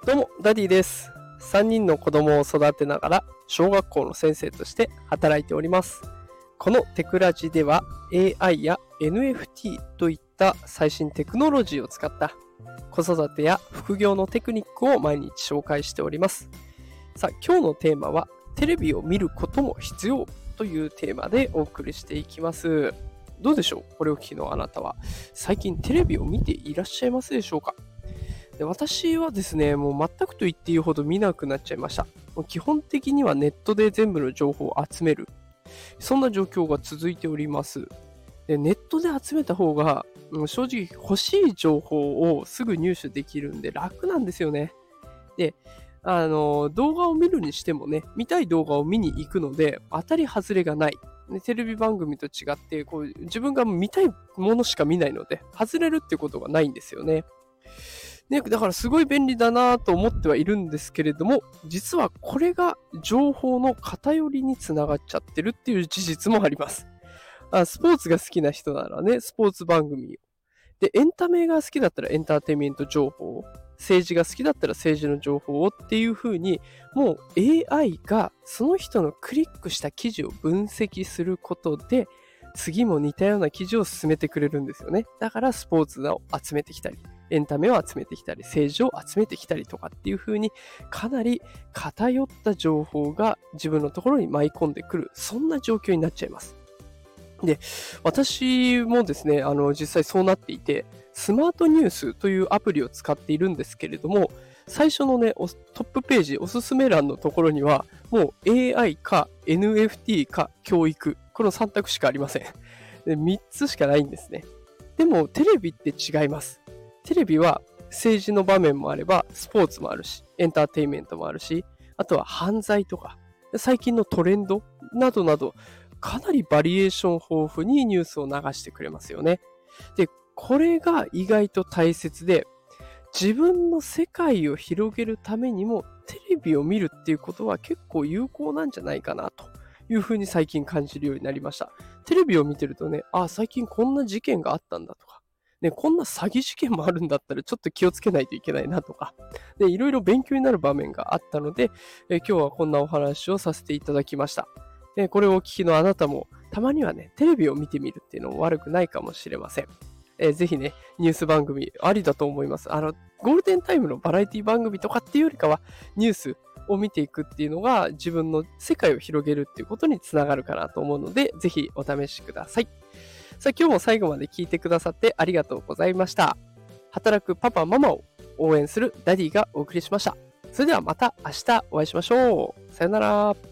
どうもダディです。3人の子供を育てながら小学校の先生として働いております。このテクラジでは AI や NFT といった最新テクノロジーを使った子育てや副業のテクニックを毎日紹介しております。さあ、今日のテーマはテレビを見ることも必要というテーマでお送りしていきます。どうでしょう、これを聞きのあなたは最近テレビを見ていらっしゃいますでしょうか。で、私はですね、もう全くと言っていいほど見なくなっちゃいました。もう基本的にはネットで全部の情報を集める。そんな状況が続いております。で、ネットで集めた方が、正直欲しい情報をすぐ入手できるんで楽なんですよね。で、動画を見るにしてもね、見たい動画を見に行くので、当たり外れがない。で、テレビ番組と違って、自分が見たいものしか見ないので、外れるってことがないんですよね。ね、だからすごい便利だなと思ってはいるんですけれども、実はこれが情報の偏りにつながっちゃってるっていう事実もあります。スポーツが好きな人ならね、スポーツ番組を。で、エンタメが好きだったらエンターテインメント情報を、政治が好きだったら政治の情報をっていう風に、もう AI がその人のクリックした記事を分析することで、次も似たような記事を進めてくれるんですよね。だからスポーツを集めてきたり、エンタメを集めてきたり、政治を集めてきたりとかっていう風に、かなり偏った情報が自分のところに舞い込んでくる、そんな状況になっちゃいます。で、私もですね、実際そうなっていて、スマートニュースというアプリを使っているんですけれども、最初のね、トップページ、おすすめ欄のところには、もう AI か NFT か教育、この3択しかありません。で、3つしかないんですね。でも、テレビって違います。テレビは政治の場面もあれば、スポーツもあるし、エンターテインメントもあるし、あとは犯罪とか、最近のトレンドなどなど、かなりバリエーション豊富にニュースを流してくれますよね。で、これが意外と大切で、自分の世界を広げるためにもテレビを見るっていうことは結構有効なんじゃないかなというふうに最近感じるようになりました。テレビを見てるとね、最近こんな事件があったんだとか、ね、こんな詐欺事件もあるんだったらちょっと気をつけないといけないなとか、いろいろ勉強になる場面があったので、今日はこんなお話をさせていただきました。これをお聞きのあなたも、たまにはね、テレビを見てみるっていうのも悪くないかもしれません。ぜひね、ニュース番組ありだと思います。ゴールデンタイムのバラエティ番組とかっていうよりかは、ニュースを見ていくっていうのが自分の世界を広げるっていうことにつながるかなと思うので、ぜひお試しください。さあ、今日も最後まで聞いてくださってありがとうございました。働くパパママを応援するダディがお送りしました。それではまた明日お会いしましょう。さよなら。